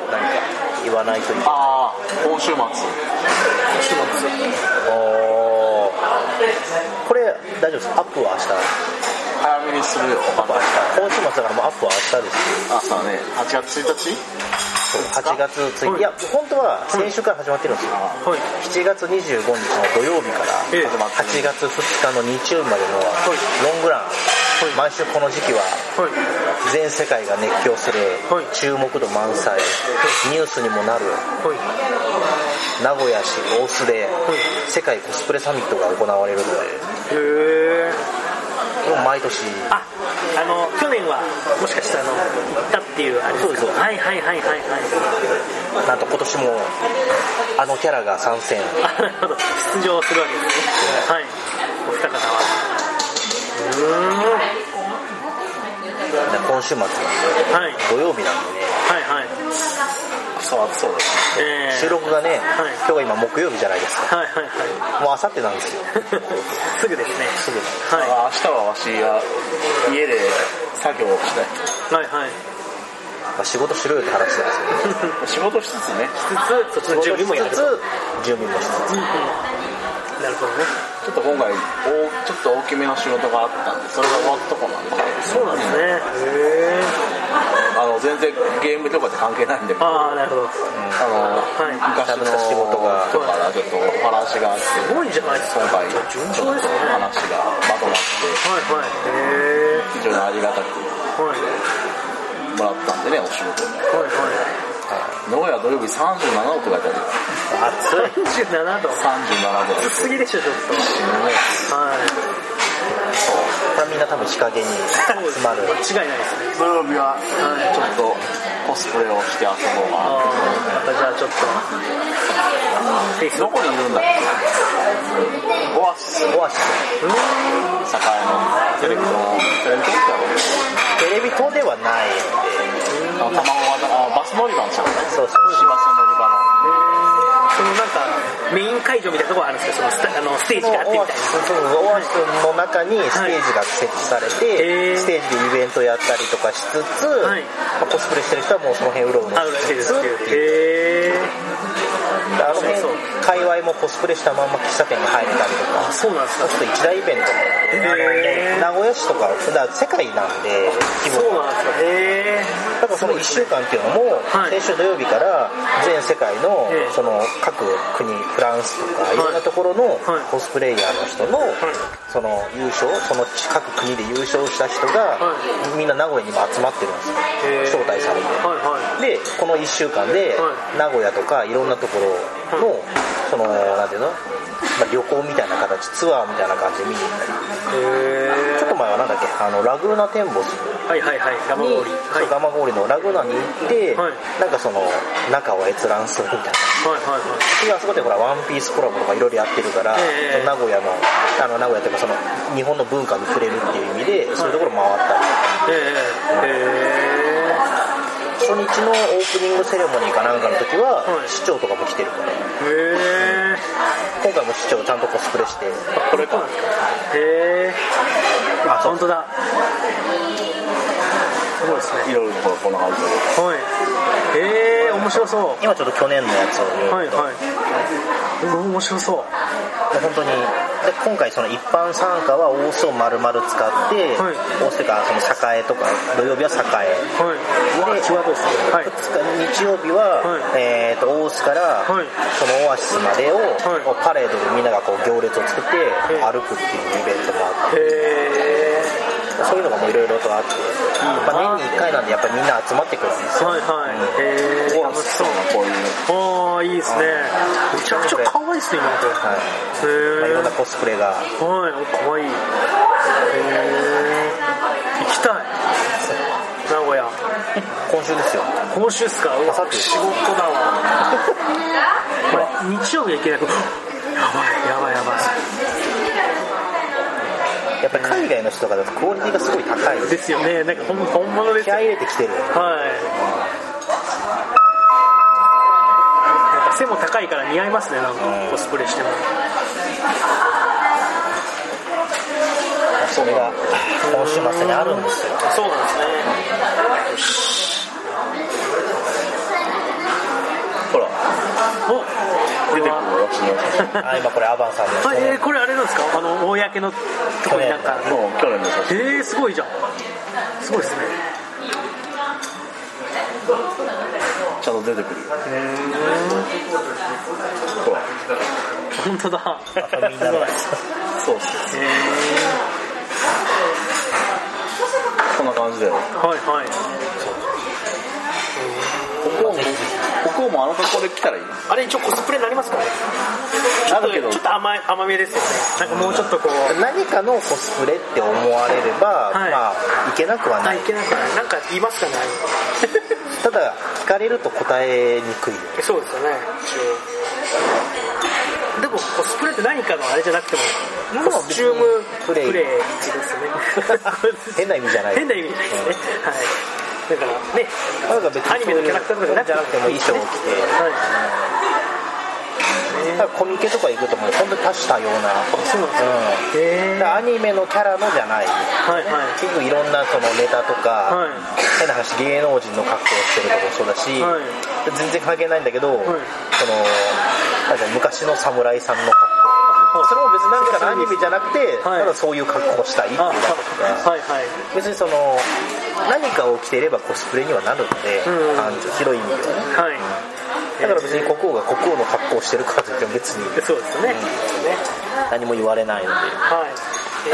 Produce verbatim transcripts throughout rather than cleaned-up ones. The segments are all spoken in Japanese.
何か言わないといけない。 ああ、今週末。今週末。おー。これ大丈夫ですか？アップは明日。 早めにするよ。 アップ明日。今週末だからもうアップは明日です。 あ、そうね。はちがつついたち？ そうはちがつついたち。いや本当は先週から始まってるんですよ。はい、しちがつにじゅうごにちの土曜日からはちがつふつかの日曜日までのロングラン。毎週この時期は全世界が熱狂する注目度満載、ニュースにもなる名古屋市大須で世界コスプレサミットが行われるので、へー、毎年。 あ、あの去年はもしかしたらあの行ったっていうあれですか？そうです。はいはいはいはいはい。 なんと今年もあのキャラが参戦。 あ、なるほど。出場するわけですね。はい。お二方は。うーん、 今週末なんで、はい、土曜日なんでね、 はいはい、 そうそうです、 えー、収録がね、はい、今日が今木曜日じゃないですか、 はいはいはい、 もう明後日なんですよすぐですね、 すぐ、 はい、明日はわしが家で作業をしたい。 はいはい、 まあ、仕事しろよって話なんですよ仕事しつつね、 しつつ、そっちの準備もやると、 準備もしつつ、うんうん、 なるほどね。 ちょっと今回ちょっと大きめの仕事があったんで、それが終わったとこなんで。 そうなんですね。へー、あの全然ゲームとかって関係ないんで。 ああ、なるほど。うん、 あの、はい、昔の仕事がとからちょっと話があって、 すごいじゃないですか。 今回順調ですね。 話がまとまって、 はいはい。へー、 非常にありがたくもらったんでね、お仕事に。はいはい。名古屋土曜日さんじゅうななどって書いてあるよ。 暑い。さんじゅうななど。 さんじゅうななど。 暑すぎでしょ、ちょっと。死ぬね。はい。 そう。これみんな多分日陰に集まる。 間違いないですね。 土曜日はちょっとコスプレをして遊ぼうかな。 あまたじゃあちょっと。 どこにいるんだっけ？オアシス。 オアシス。 うん。栄のテレビ塔。テレビ塔ってある？ テレビ塔ではないので。あ、卵はバス乗り場のちゃう。 そうそう。 市バス乗り場の。 そのなんかメイン会場みたいなところあるんですか？そのスタあのステージがあってみたいな。 そうそう、オアシスの中にステージが設置されて、はい、ステージでイベントやったりとかしつつ、はい、まあ、コスプレしてる人はもうその辺うろうろしつつっていう。あの辺界隈もコスプレしたまんま喫茶店に入れたりとか。 あ、そうなんですか。 ちょっと一大イベントなんで、名古屋市とか普段世界なんで規模が。 そうなんですか。へー。 だからそのいっしゅうかんっていうのも、はい、先週土曜日から全世界のその各国、フランスとかいろんなところのコスプレイヤーの人のその優勝、その各国で優勝した人がみんな名古屋にも集まってるんですよ、招待されて。でこのいっしゅうかんで名古屋とかいろんなところのそのなんていうの、まあ、旅行みたいな形、ツアーみたいな感じで見に行ったり、へー、ちょっと前はなんだっけ、あのラグーナテンボスに、 はいはいはい、ガマゴーリ、 はい、ガマゴーリのラグーナに行って、はい、なんかその中を閲覧するみたいな、はいはいはい、あそこでほらワンピースコラボとかいろいろやってるから、その名古屋のあの名古屋というかその日本の文化に触れるっていう意味で、はい、そういうところ回ったり、へー、初日のオープニングセレモニーかなんかの時は、はい、市長とかも来てるから、へー、今回も市長ちゃんとコスプレして、 これか、へー、あ、本当だ、そうですね、 いろいろこんな感じで、 はい、へー、面白そう。 今ちょっと去年のやつを見ると、 はいはい、面白そう。 本当にで今回その一般参加は大須を丸々使って、はい、大須というかその栄とか土曜日は栄、はい、で、はい、ふつか日曜日は、はい、えー、と大須から、はい、そのオアシスまでを、はい、パレードでみんながこう行列を作って歩くっていうイベントもあって、へー、そういうのがもういろいろとあって、まあ、年にいっかいなんでやっぱりみんな集まってくるんですよ。はいはい、うん、 へー、楽しそうなこういうの。ああ、いいですね。めちゃくちゃ可愛いですね、今の子。はい。へー、まあ、いろんなコスプレが。はい、可愛い。へー、行きたい。名古屋。 今週ですよ。 今週っすか。うわ、さっき仕事だわ。これ日曜日は行けなく。やばいやばいやばい。 やっぱり海外の人とかだとクオリティがすごい高いですよね。なんか本物ですよ。 気合い入れてきてる。 はい。なんか背も高いから似合いますね。なんかコスプレしても。 それが今週末にあるんですよ。 そうなんですね。よし。 出てくるわしのあ、今これアバンさんの、 えー、これあれなんですか、あの公のところになんかもう去年の写真。 えー、すごいじゃん、すごいですね、 ちゃんと出てくるよ。 へー、本当だ、 みんなのそうっす。へー、こんな感じだよ。 はいはい。 ここもあの格好で来たらいい。 あれ一応コスプレになりますかね。ちょっとちょっと甘い甘めですよね。なんかもうちょっとこう何かのコスプレって思われれば、はい、まあいけなくはない。 いけなくはない。なんか言いますかね。 ただ聞かれると答えにくい。 そうですよね。でもコスプレって何かのあれじゃなくてもコスチュームプレイですね。 変な意味じゃない。 変な意味じゃないですね。はい。だからね、 なんか別にアニメのキャラクターとかじゃなくても衣装を着て、はい、 コミケとか行くともう本当に多種多様な、 そうなんですよ、うん、アニメのキャラのじゃない、はいはい、結構いろんなそのネタとか、はい、変な話芸能人の格好をしてるとかもそうだし、はい、全然関係ないんだけど、はい、その昔の侍さんの格好、それも別に何かのアニメじゃなくて、はい、ただそういう格好をしたいっていうだけで、はいはい、別にその何かを着ていればコスプレにはなるので、うん、広い意味ではね、はい、だから別に国王が国王の格好をしてるからといっても別にそうですね、うん、 何も言われないので、はい、 え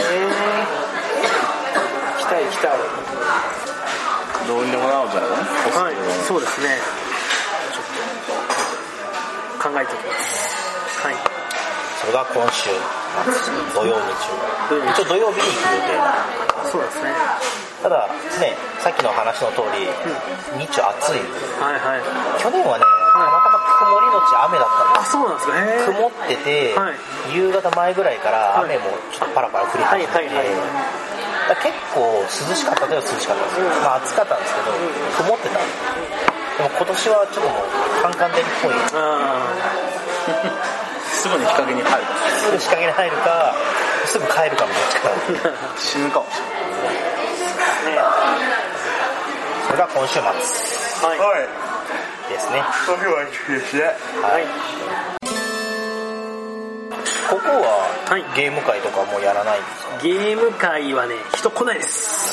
ー、行きたい行きたい、 どうにでもなるんじゃないの、 はい、そうですね、ちょっと考えておきます。はい。 それが今週土曜日中、一応土曜日に行く予定だ。 そうですね。 ただね、さっきの話の通り、うん、日中暑い、はいはい、去年はね、たまたま曇りのち雨だったんです。 あ、そうなんですか。へー、 曇ってて、はい、夕方前ぐらいから雨もちょっとパラパラ降り始めて、はいはいはいはい、だ結構涼しかったといえば涼しかったんですよ、うん、まあ暑かったんですけど、うん、曇ってたんで、でも今年はちょっともうカンカン照りっぽい。 すぐに日陰に入るか、 すぐ日陰に入るか、すぐ帰るかみたいな死ぬかもしれない、ね、 それが今週末、 はい、 ですね。 今日はいいですね。 はい。ここは、はい、ゲーム会とかもやらないんですか？ ゲーム会はね、人来ないです。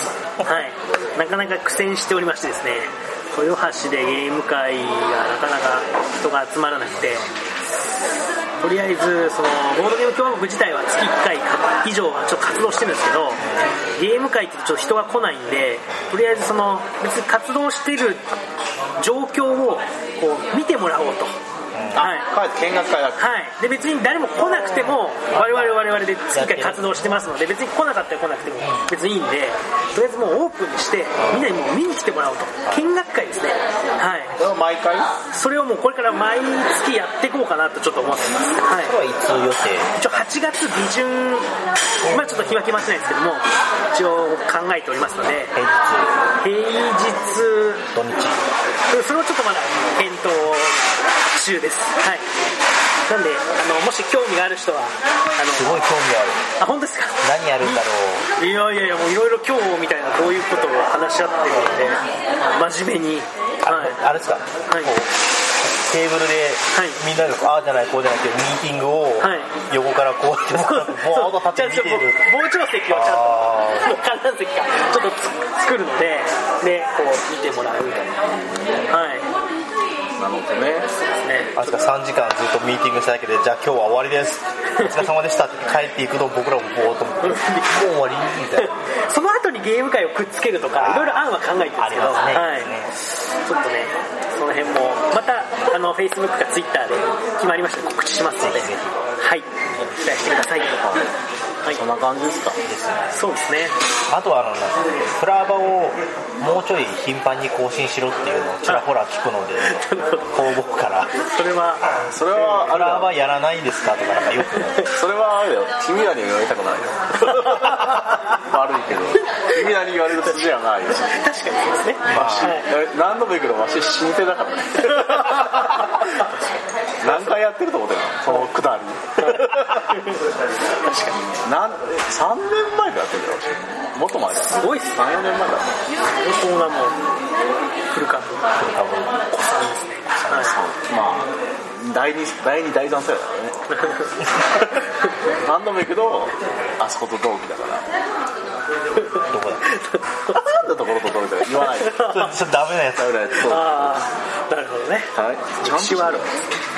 はい。なかなか苦戦しておりましてですね、豊橋でゲーム会がなかなか人が集まらなくて、とりあえずそのボードゲーム共和国自体は月いっかい以上はちょっと活動してるんですけど、ゲーム会ってちょっと人が来ないんで、とりあえずその別に活動してる状況をこう見てもらおうと。 はい、見学会だ、 はい、で別に誰も来なくても我々我々で月いっかい活動してますので、別に来なかったら来なくても別にいいんで、とりあえずもうオープンにしてみんなにもう見に来てもらおうと。見学会ですね。はい。 それは毎回？ それをもうこれから毎月やっていこうかなとちょっと思ってます。はい。 それはいつ予定？ 一応はちがつ下旬、まあちょっと日は決まってないんですけども、一応考えておりますので、 平日、 平日、 土日、 それをちょっとまだ検討中です。はい。なんで、あのもし興味がある人は、あのすごい興味ある。 あ、本当ですか？ 何やるんだろう。いやいやいや、もういろいろ今日みたいなこういうことを話し合ってるんで、真面目に。 はい、あ, あれですか、はい、こうテーブルでみんなでああじゃないこうじゃないっていうミーティングを横からこうやってボード立って見てる。 傍聴席をちゃんと観覧席かちょっと作るので、でこう見てもらうみたいな。はい。 なるほどね。 あそこさんじかんずっとミーティングしただけで、じゃあ今日は終わりです、お疲れ様でしたって帰っていくと僕らもぼーっともう終わりみたいな。 その後にゲーム会をくっつけるとかいろいろ案は考えてるんですけど、ね、はい、ちょっとねその辺もまたあの Facebook か Twitter で決まりました告知しますので、はい、期待してください。はい、 そんな感じですか？ そうですね。 あとはあのプラバをもうちょい頻繁に更新しろっていうのをちらほら聞くので、公募からそれはそれはプラバやらないんですかとかなんかよくそれはあれだよ、君らに言われたくないよ悪いけど君らに言われる筋はないよ。 確かにそうですね。 まあ、はい、何度も言うけどわし老舗だからね何回やってると思ってるのそのくだり確かになんさんねんまえからやってるんだよ。もっと前だ。 すごいっすね。さん、よねんまえだ。そんなもうフル株フル株子さんですね。 はい、まあ第二第二第三世代だからね何度も行くとあそこと同期だからどこだなんだところと同期だから言わないでそれダメなやつダメなやつああなるほどねはい歴史はあるはい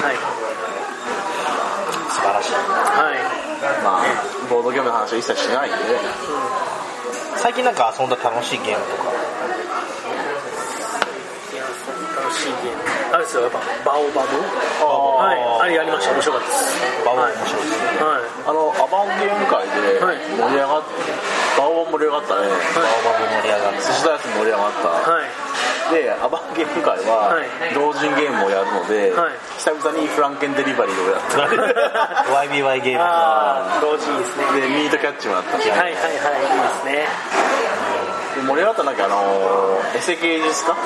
素晴らしいはいまあボードゲームの話は一切しないんで、うん、 最近なんか遊んだ楽しいゲームとか楽しいゲームあれですよやっぱバオバブはいあれやりました面白かったですバオバブ面白いですね、 はい、あのアバンゲーム界で盛り上がっ、はい、バオバブ盛り上がったね、はい、 バオバブ盛り上がった寿司ダイス盛り上がった、はいで、アバンゲーム界は同人ゲームをやるので、はい、久々にフランケンデリバリーをやったワイビーワイ ゲームあ同時いいですねでミートキャッチもやったし、 はいはいはいいいですねで盛り上がったなんかあのー、エセ芸術家、はい、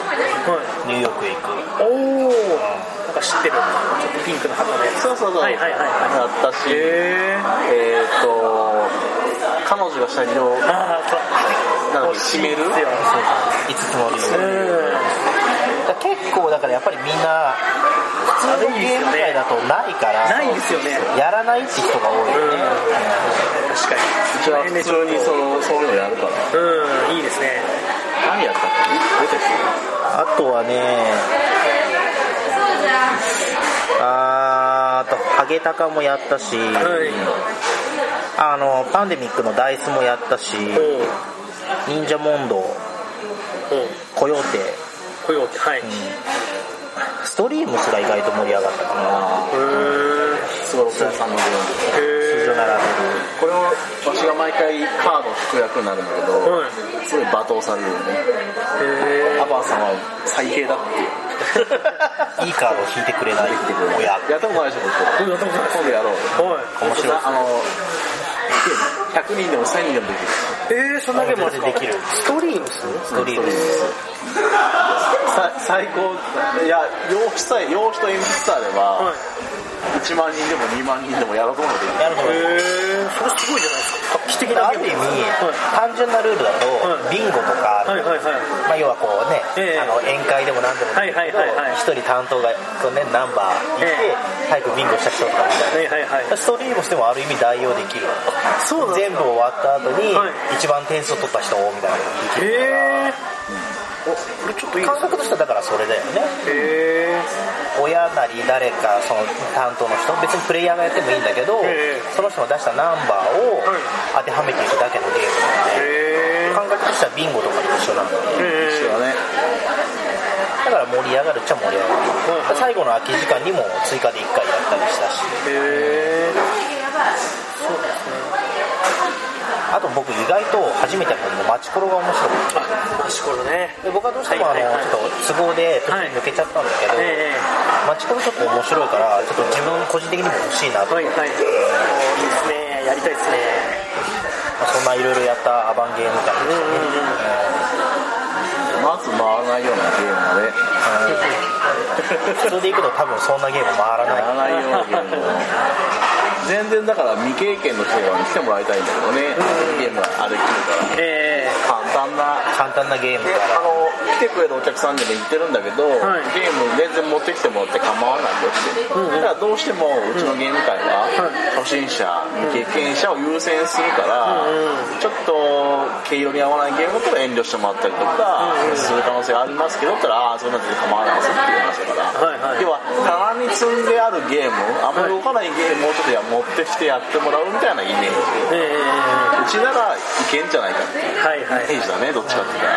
ニューヨークへ行くおお、うん、なんか知ってるちょっとピンクの旗のやつそうそうそう、はいはいはいはい、やったしえー、えー、っと彼女が下着をあそうなんか締めるいつつの理由結構だからやっぱりみんな普通のゲーム界だとないからないですよねやらないって人が多いよね、うん、 確かにうちは普通にそのそういうのやるからうんいいですね何やったっけ出てるあとはねあーあとハゲタカもやったし、はい、あのパンデミックのダイスもやったし、忍者モンド、コヨーテ、 コヨーテ、はい、うん、 ストリームスが意外と盛り上がったかな。 へー、スゴロク屋さんのゲーム、 数字並べる。 これをわしが毎回カードを引く役になるんだけど、はい、すごい罵倒されるよね。へー、アバンさんは最低だっていう。 いいカードを引いてくれない親。 やったことないでしょ、僕。やったことない。今度やろう。はい。面白い。あのひゃくにんでもせんにんでもできる。 えー、そんなゲームできる。ストリームス？ ストリームス。 最高。いや、用紙さえ、用紙と鉛筆さえあれば、はい、いちまんにんでもにまんにんでもやろうと思うのできる。 やると思う。へー、それすごいじゃないですか。画期的なゲーム。 ある意味、はい、単純なルールだと、はい、ビンゴとかある、はいはいはい、まあ、要はこうね、えー、あの宴会でも何でもいいけど、一、はいはいはい、人担当がこう、ね、ナンバーいて、えー、早くビンゴした人とかみたいな、はいはいはい、ストリームしてもある意味代用できる。そう全部終わった後に、はい、一番点数を取った人みたいなのができるから、へー、おこれちょっといい感覚としてはだからそれだよね。へー、親なり誰かその担当の人、別にプレイヤーがやってもいいんだけど、その人が出したナンバーを当てはめていくだけのゲームなので、感覚としてはビンゴとかと一緒なので、 一緒だね。 だから盛り上がるっちゃ盛り上がる。最後の空き時間にも追加でいっかいやったりしたし。へー、そうですね。あと僕意外と初めてやったのマチコロが面白かった。 マチコロね。 で僕はどうしてもあの、はいはいはい、ちょっと都合で途中に抜けちゃったんだけど、はい、マチコロちょっと面白いからちょっと自分個人的にも欲しいなと思って。はいはい、いいですね。やりたいですね。 まあ、そんないろいろやったアバンゲーム会でしたね。 まず回らないようなゲームで、 普通で行くと多分そんなゲーム回らない。 回らないようなゲーム。全然だから未経験の人が来てもらいたいんだけどね、うん、ゲームがあれきるから、えー、簡単な簡単なゲームからあの来てくれるお客さんでも言ってるんだけど、はい、ゲーム全然持ってきてもらって構わないよって、うんうん、だからどうしてもうちのゲーム界は初心者、未経験者を優先するから、うんうん、ちょっと毛色に合わないゲームだったら遠慮してもらったりとか、うんうん、する可能性がありますけどだったらああそんなの構わないですっていう話だから、はいはい、要は棚に積んであるゲームあんまり動かないゲームをちょっとや持ってきてやってもらうみたいなイメージ、えー、うちならいけんじゃないかっていうイメージだね、どっちかっていうと、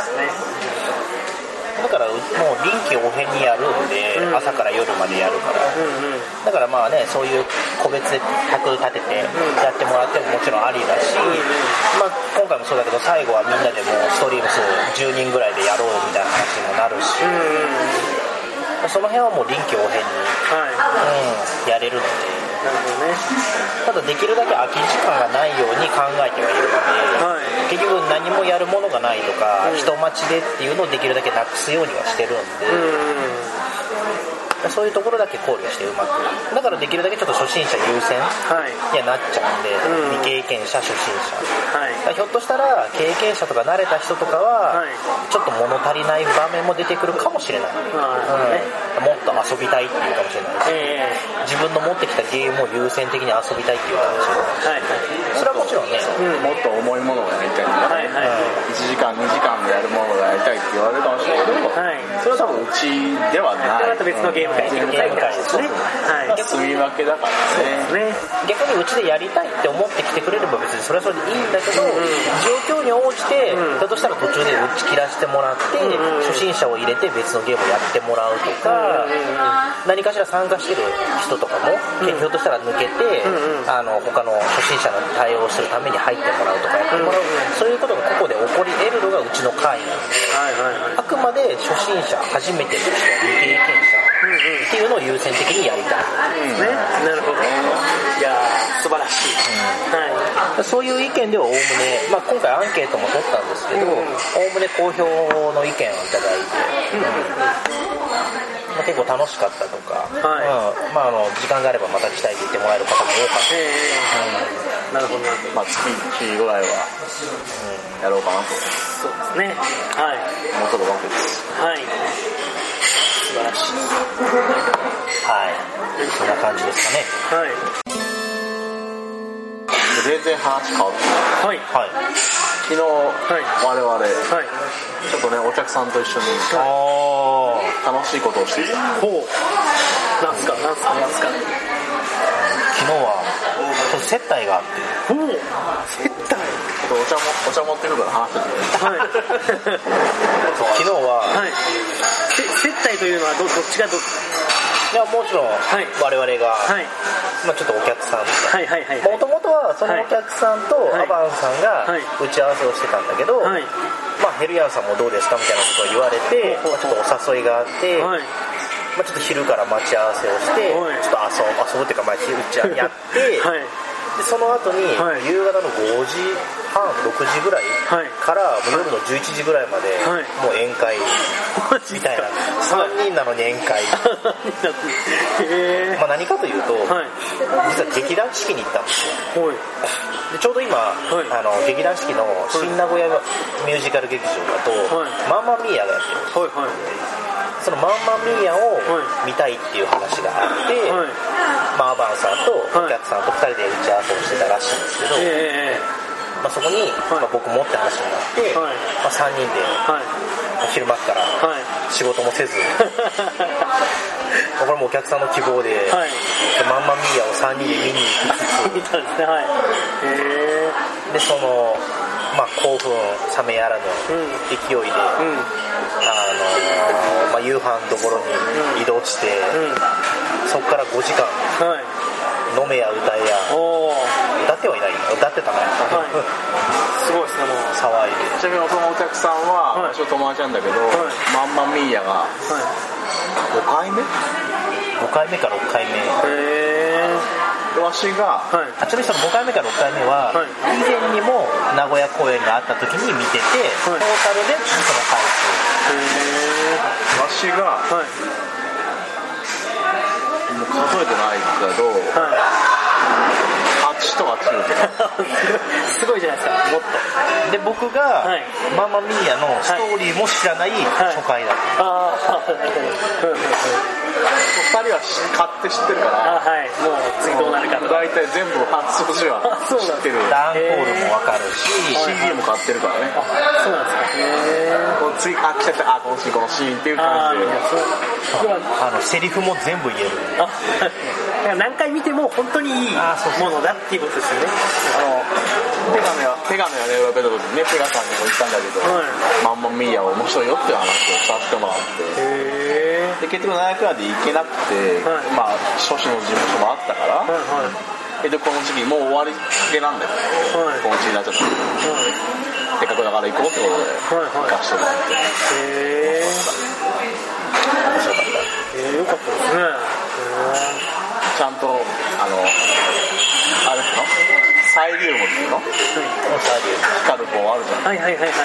だからもう臨機応変にやるんで、うん、朝から夜までやるから、うんうん、だからまあねそういう個別で卓立ててやってもらってももちろんありだし、うんまあ、今回もそうだけど最後はみんなでもうストリームスじゅうにんぐらいでやろうみたいな話にもなるし、うんうん、その辺はもう臨機応変に、はいうん、やれるのでなるほどね、 ただできるだけ空き時間がないように考えてはいるので、はい、結局何もやるものがないとか、うん、人待ちでっていうのをできるだけなくすようにはしてるんで、うん、そういうところだけ考慮してうまくだからできるだけちょっと初心者優先にはなっちゃうんで、はい、未経験者初心者、はい、ひょっとしたら経験者とか慣れた人とかは、はい、ちょっと物足りない場面も出てくるかもしれない、はいうん、もっとと遊びたいっていうかもしれないです、えー、自分の持ってきたゲームを優先的に遊びたいっていうかもしれない、はいはい、それはもちろんね、 うん、もっと重いものをやりたいとか、はいはい、いちじかんにじかんでやるものをやりたいって言われるかもしれないけど、はい、それは多分うちではない、 また別のゲーム会、 ゲーム会ですね、 はい、住み分けだからね、 逆にうちでやりたいって思ってきてくれれば別にそれはそれでいいんだけど、うん、状況に応じて、うん、だとしたら途中で打ち切らせてもらって、うん、初心者を入れて別のゲームをやってもらうとか、うん、何かしら参加してる人とかも、うん、ひょっとしたら抜けて、うん、あの他の初心者の対応するために入ってもらうとかやってもらう、うん、そういうことがここで起こり得るのがうちの会なんです、はいはいはい、あくまで初心者初めての人未経験者っていうのを優先的にやりたい、 うんね、なるほど、いや素晴らしい、 うんはい、そういう意見ではおおむね、まあ、今回アンケートも取ったんですけどおおむね好評の意見をいただいて、うんまあ、結構楽しかったとか、はいうんまあ、あの時間があればまた来たいと言ってもらえる方も多かった、えーうん、なるほど、 まあ、月いちぐらいはやろうかなと、 そうですね、はいもうちょっとわけですはい素晴らしいはいそんな感じですかねはい全然話変わってはい、はい、昨日、はい、我々、はい、ちょっとねお客さんと一緒に、はい、楽しいことをしていたほうなんすかなんすかなんすか昨日はちょっと接待があってほう接待お茶もお茶持ってくるから話してて、はい、 昨日は、 はい、接待というのは ど, どっちがどいやもちろん我々が、はいまあ、ちょっとお客さんもともとはそのお客さんとアバンさんが打ち合わせをしてたんだけど、はいまあ、ヘルヤンさんもどうですかみたいなことを言われて、まあ、ちょっとお誘いがあって、はいまあ、ちょっと昼から待ち合わせをして、はい、ちょっと遊ぶ、遊ぶっていうか、まあ、打ち合わせやって、はいでその後に夕方のごじはんろくじぐらいからもう夜のじゅういちじぐらいまでもう宴会みたいなさんにんなのに宴会まあ何かというと実は劇団四季に行ったんですよでちょうど今あの劇団四季の新名古屋ミュージカル劇場だとマンマミーヤがやってるそのマンマミーヤを見たいっていう話があって、はいまあ、アバンさんとお客さんとふたりで打ち合わせをしてたらしいんですけど、はいまあ、そこに、まあ、僕もって話になって、はいまあ、さんにんで、はい、昼間から仕事もせず、はい、これもお客さんの希望で、はい、マンマミーヤをさんにんで見に行くつつ見たんですね、はいへーでそのまあ、興奮冷めやらぬ勢いで、うんうんあのーまあ、夕飯どころに移動して、うん、そこからごじかん、はい、飲めや歌えや歌ってはいない歌ってたね、はい、 すごいですねもう騒いでちなみにそのお客さんは、はい、私の友達なんだけど、はい、マンマミーヤがごかいめごかいめかろっかいめへーわしが、 はい、ちなみにそのごかいめかろっかいめは、はい、以前にも名古屋公演があった時に見てて、はい、トータルでその回数わしが、はい、もう数えてないけど、はい、はちとかきゅうとかすごいじゃないですかもっとで僕が、はい、マンマミーヤのストーリーも知らない初回だった、はい、 あふたりは買って知ってるからあ、はい、もう次どうなるかと大体全部発送時は知ってるダンコールも分かるしシーディー も買ってるからねあそうなんですかへ次あ来ちゃったあこのシーンこのシーンっていう感じであのセリフも全部言えるあ何回見ても本当にいいものだっていうことですよねあのペガのやペガのやねベトねペガさんにも言ったんだけど、はい、マンマミーヤは面白いよっていう話をさせてもらってへで結局ななひゃくえんで行けなくて、はい、まあ諸子の事務所もあったから、はいはい、でこの時期もう終わりかけなんだよ、はい、この時期になっちゃった、はい、せっかくだから行こうってことで行かしてもらってへえ面白かったへえよかったですねちゃんとあのあれのサイリウムっていうの、うん、サイリウム光る棒あるじゃん、 はいはいはいはい、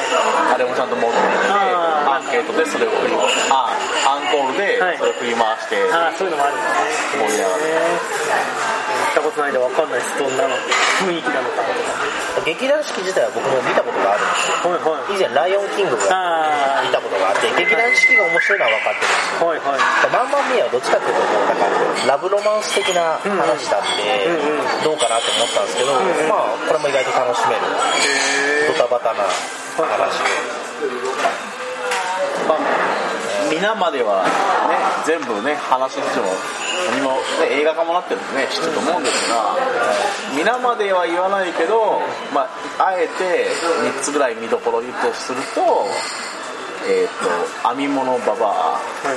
あれもちゃんと持っていってアンケートでそれを振りあアンコールでそれを振り回して、 はい、あそういうのもあるんですね。盛り上がる。行ったことないで分かんないです、どんなの雰囲気なのかとか。 劇団四季自体は僕も見たことがあるんですよ、はいはい、以前ライオンキングが見たことがあって劇団四季が面白いのは分かってるんですよ、はいはい、マンマミーはどっちかっていうとなんかラブロマンス的な話なんで、うんうん、どうかなと思ったんですけど、うんうん、まあこれも意外と楽しめるドタバタな話で、 まあ、皆まではね全部ね話の人も何も、ね、映画化もなってるんでね知ってると思うんですが、皆までは言わないけど、まあ、あえてみっつぐらい見どころを言うとすると、えーと、編み物ババア、はい、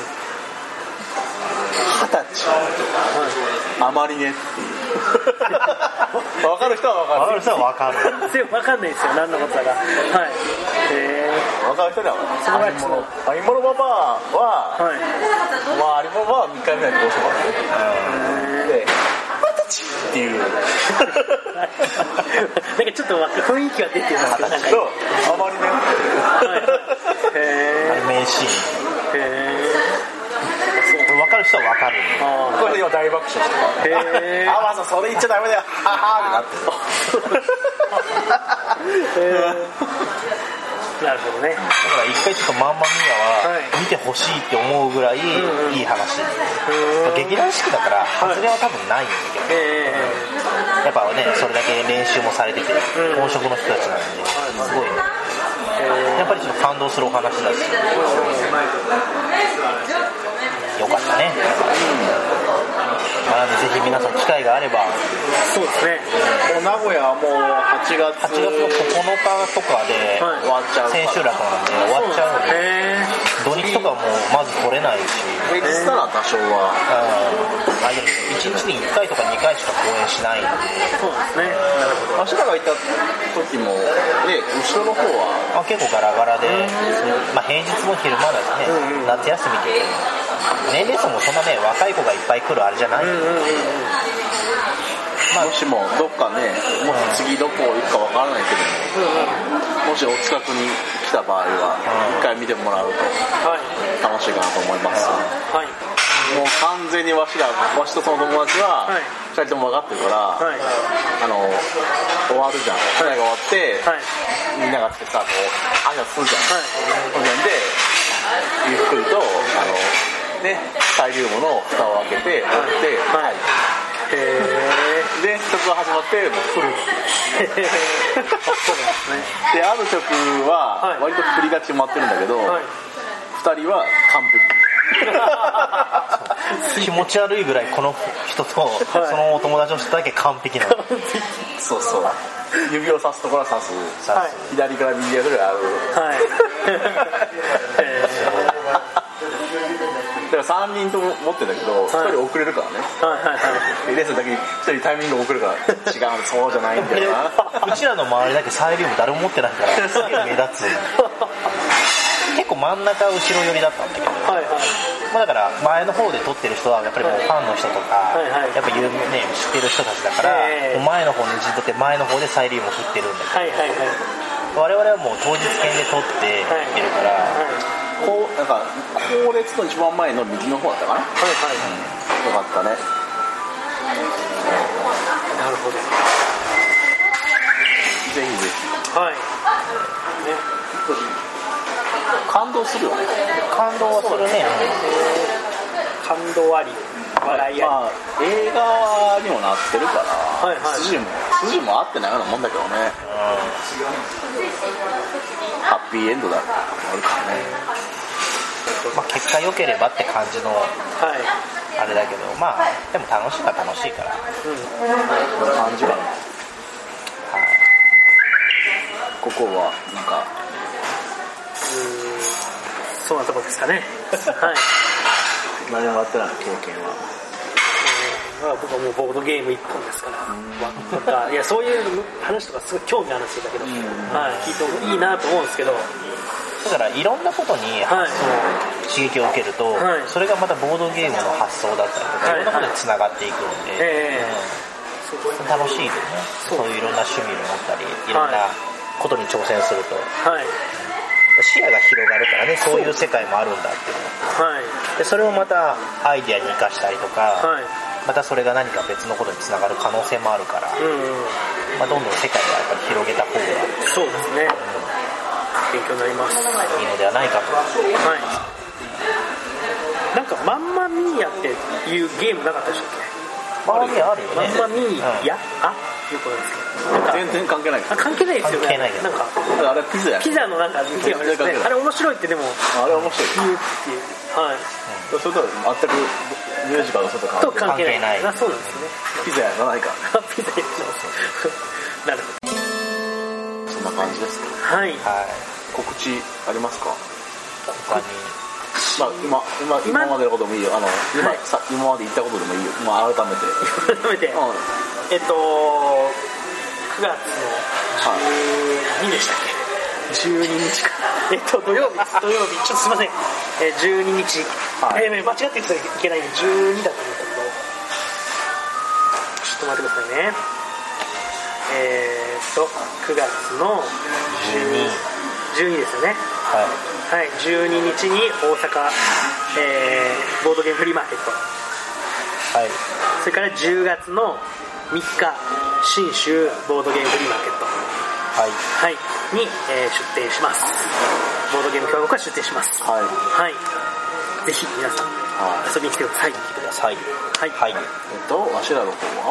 二十歳、はい、あまりねっていう分かる人は分かる、 分かる人は分かる全然分かんないですよ何のことだか、はい、へー分かる人には編み物編み物ババアは、はい、まあ編み物ババアみっかめないとどうしようかなで二十歳っていうなんかちょっと雰囲気が出てるんですけどあまりねっていうあれ名シーンへー分かる人は分かる。 あこれで今大爆笑してた。へー。あ、まあそれ言っちゃダメだよ。ははーってなってる。 へー。なるほどね。だから一回ちょっとマンマミーアは見てほしいって思うぐらいいい話。うんうん、劇団四季だから外れは多分ないんだけど、はい、やっぱねそれだけ練習もされてて本職の人たちなんですごいね。やっぱりちょっと感動するお話だし。よかったね、うん、なのでぜひ皆さん機会があればそうですね、 もう名古屋はもうはちがつはちがつのここのかとかで終わっちゃう千秋楽なんで終わっちゃうので土日とかもまず取れないし平日なら多少はあでもいちにちにいっかいとかにかいしか公演しないんでそうですねなるほど芦田がいた時もで後ろの方はあ結構ガラガラで、まあ、平日も昼間だしね、うんうん、夏休みっていう年齢層もそんなね若い子がいっぱい来るあれじゃない、うんうんうんまあ、もしもどっかねもし次どこ行くかわからないけども、うん、もしお近くに来た場合は一回見てもらうと楽しいかなと思います、はい、もう完全にわしらわしとその友達はふたりとも分かってるから、はい、あの終わるじゃん試合が終わって、はい、みんなが来てさこう挨拶するじゃん、はい、それでゆっくりとあのね、サイリウムの蓋を開けて、はい、で、はい、へーで、曲が始まって、もうフル。で、ある曲は、割と振りが決まってるんだけど、はい、ふたりは完璧。気持ち悪いぐらいこの人と、はい、そのお友達の人だけ完璧なの。 そうそう。指をさすところはさす。はい、左から右へぐらいある。はい。だからさんにんとも持ってんだけど、はい、ひとり遅れるからね、はいはいはい、レッスンだけにひとりタイミング遅れるから違うそうじゃないんだよなうちらの周りだけサイリウム誰も持ってないからすげえ目立つ結構真ん中後ろ寄りだったんだけど、はいはいまあ、だから前の方で撮ってる人はやっぱりもうファンの人とか、はいはい、やっぱ有名ね知ってる人たちだから、はいはい、もう前の方に陣取って前の方でサイリウム振ってるんだけど、はいはいはい、我々はもう当日券で撮っていってるから、はいはいこうなんか後列の一番前の右の方だったかな。はいはい、うん。よかったね。 なるほど。 ぜひぜひ。はい。ね。感動するよね。 感動はするね。 感動あり。笑いあり。 まあ映画にもなってるから、はいはい、筋も筋も合ってないようなもんだけどね。うん、ハッピーエンドだってあるからね。 まあ、結果良ければって感じのあれだけど、まあでも楽しいから楽しいから、うん、感じは、はい、 ここはなんかうーんそうなとこですかねはい何もやってない経験は、 えー、僕はもうボードゲーム一本ですから、うん、かいやそういう話とかすごい興味あるんですよだけど、うんはい、聞いていいなと思うんですけどだからいろんなことに発想、はい、刺激を受けると、はい、それがまたボードゲームの発想だったりとか、はい、いろんなことにつながっていくんで、はいえーうん、 楽しいよね。そういういろんな趣味を持ったりいろんなことに挑戦すると、はい、視野が広がるからね。そういう世界もあるんだっていうの、はい、でそれをまたアイデアに生かしたりとか、はい、またそれが何か別のことにつながる可能性もあるから、うんうん、まあ、どんどん世界をやっぱり広げた方がそうですね、勉強になります。 いいのではないかと。はい。 なんかマンマミーヤっていうゲームなかったでしたっけ？ マンマミーヤあるよね。 マンマミーヤ、うん、あいうことですか。全然関係ない。 あ、関係ないですよね。 関係ないけど。 なんかあれピザや。 ピザのなんかゲームですね。あれ面白いってでもあれ面白い。 言うっていう。はい。 うん、それとは全くミュージカルの人と関係ない。あ、そうなんですね。 ピザやらないから。 ピザやらない。なるほど。そんな感じですか。 はい。 はい。告知ありますか？ 他に。 まあ、今, 今, 今までのことでもいいよ。あの 今,、はい、さ今まで言ったことでもいいよ。まあ、改めて改めて、うん、えっとくがつのじゅうにでしたっけ？じゅうににちかえっと土曜日です土曜日ちょっとすいません、えー、じゅうににち、はい、えー、間違って言ってはいけないんでじゅうにだと思ったけどちょっと待ってくださいね。えー、っとくがつのじゅうに、じゅうにですよね。はいはい、じゅうににちに大阪、えー、ボードゲームフリーマーケット、はい、それからじゅうがつのみっか信州ボードゲームフリーマーケット、はいはい、に、えー、出店します。ボードゲーム協会が出店します。はい、はい、ぜひ皆さん遊びに来てください。来てください。はい、はい、 えっとわしらの方は、はい、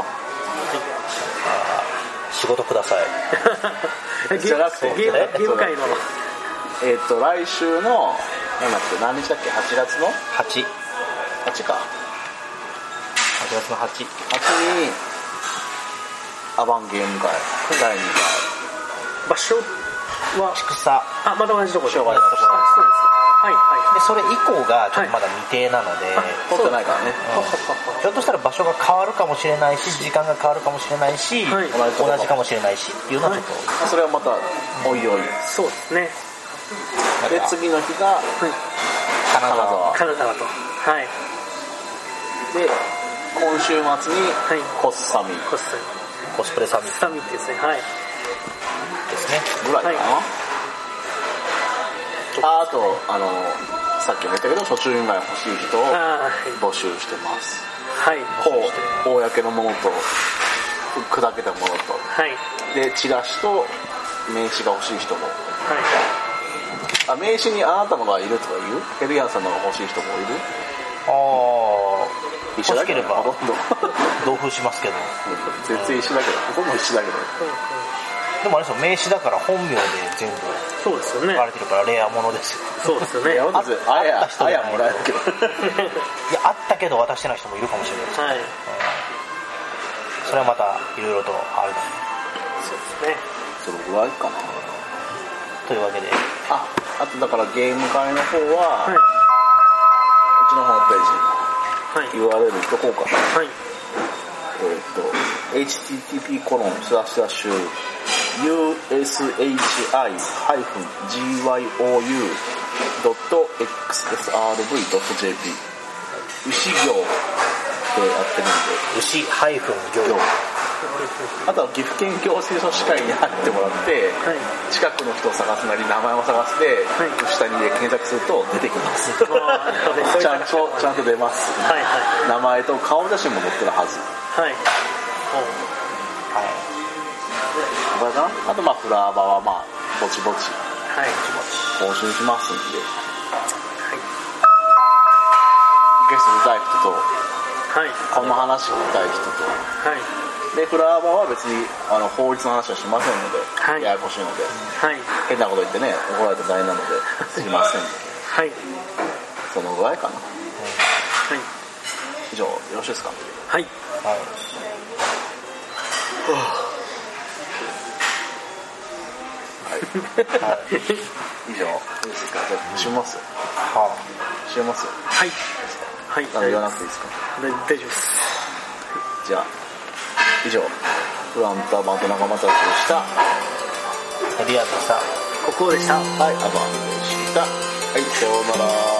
仕事ください。 じゃなくてゲーム、ゲーム界のえっ、ー、と来週の何だっけ何日だっけはちがつのはち、 はちかはちがつのはち、 はちにアバンゲーム会だいにかい、 場所は千草、 あまた同じところで、 同じところ、 そうです。はいはい。 でそれ以降がちょっとまだ未定なので、 取ってないからね、 うん、ひょっとしたら場所が変わるかもしれないし時間が変わるかもしれないし、はい、同じかもしれないしっていうのはちょっと、 はい、それはまたおいおい、 そうですね。 で次の日が、はい、金沢金沢と、はい、 で今週末にコスサミ、 コスサミコスプレサミサミですね、はいですねぐらいかな、はい、あ, あとあのさっきも言ったけど初中見舞い欲しい人を募集してます。はいこう公のものと砕けたものと、はい、でチラシと名刺が欲しい人も、はい、あ名刺にあなたのがいるとか言う？ヘルヤンさんのが欲しい人もいる？ ああ一緒だけど欲しければ同封しますけど全然一緒だけどほとんど一緒だけど、 でもあれですよ、名刺だから本名で全部そうですよね。 書かれてるからレアものですよ。 そうですよね。 あった人じゃないもらえるけどいやあったけど渡してない人もいるかもしれないです、はい、うん、それはまたいろいろとあるので、 そうですね。 そのぐらいかなというわけで、 ああとだからゲーム会の方は、はい、うちのホームページ、はい、ユーアールエル 言っとこうかな、はい、えっと エイチティーティーピーコロンスラッシュスラッシュユーエスエイチアイジーワイオーユードットエックスエスアールブイドットジェーピー 牛行でやってるんで牛行あとは岐阜県行政書士会に入ってもらって、はい、近くの人を探すなり名前を探して、はい、下にで検索すると出てきますちゃんとちゃんと出ます、はいはい、名前と顔写真も載ってるはず、はい、はい、これかな。あとまあフラーバはまあぼちぼち、はい、ぼちぼち募集しますんで、はい、ゲスト見たい人と、はい、この話を見たい人と、はい、でフラーバは別にあの法律の話はしませんので、はい、ややこしいので、はい、変なこと言ってね怒られたら大変なのですいませんはい、そのぐらいかな、はい、以上よろしいですか。はい、はい、はい、はい、以上ですか。じゃあ閉めますよ。はあ、閉めますよ。はい。はい。なんか言わなくていいですか。大丈夫です。じゃあ以上フランターバンと仲間たちでした。 リアルでした。 国王でした。 はい、アバンでした。はい、さようなら。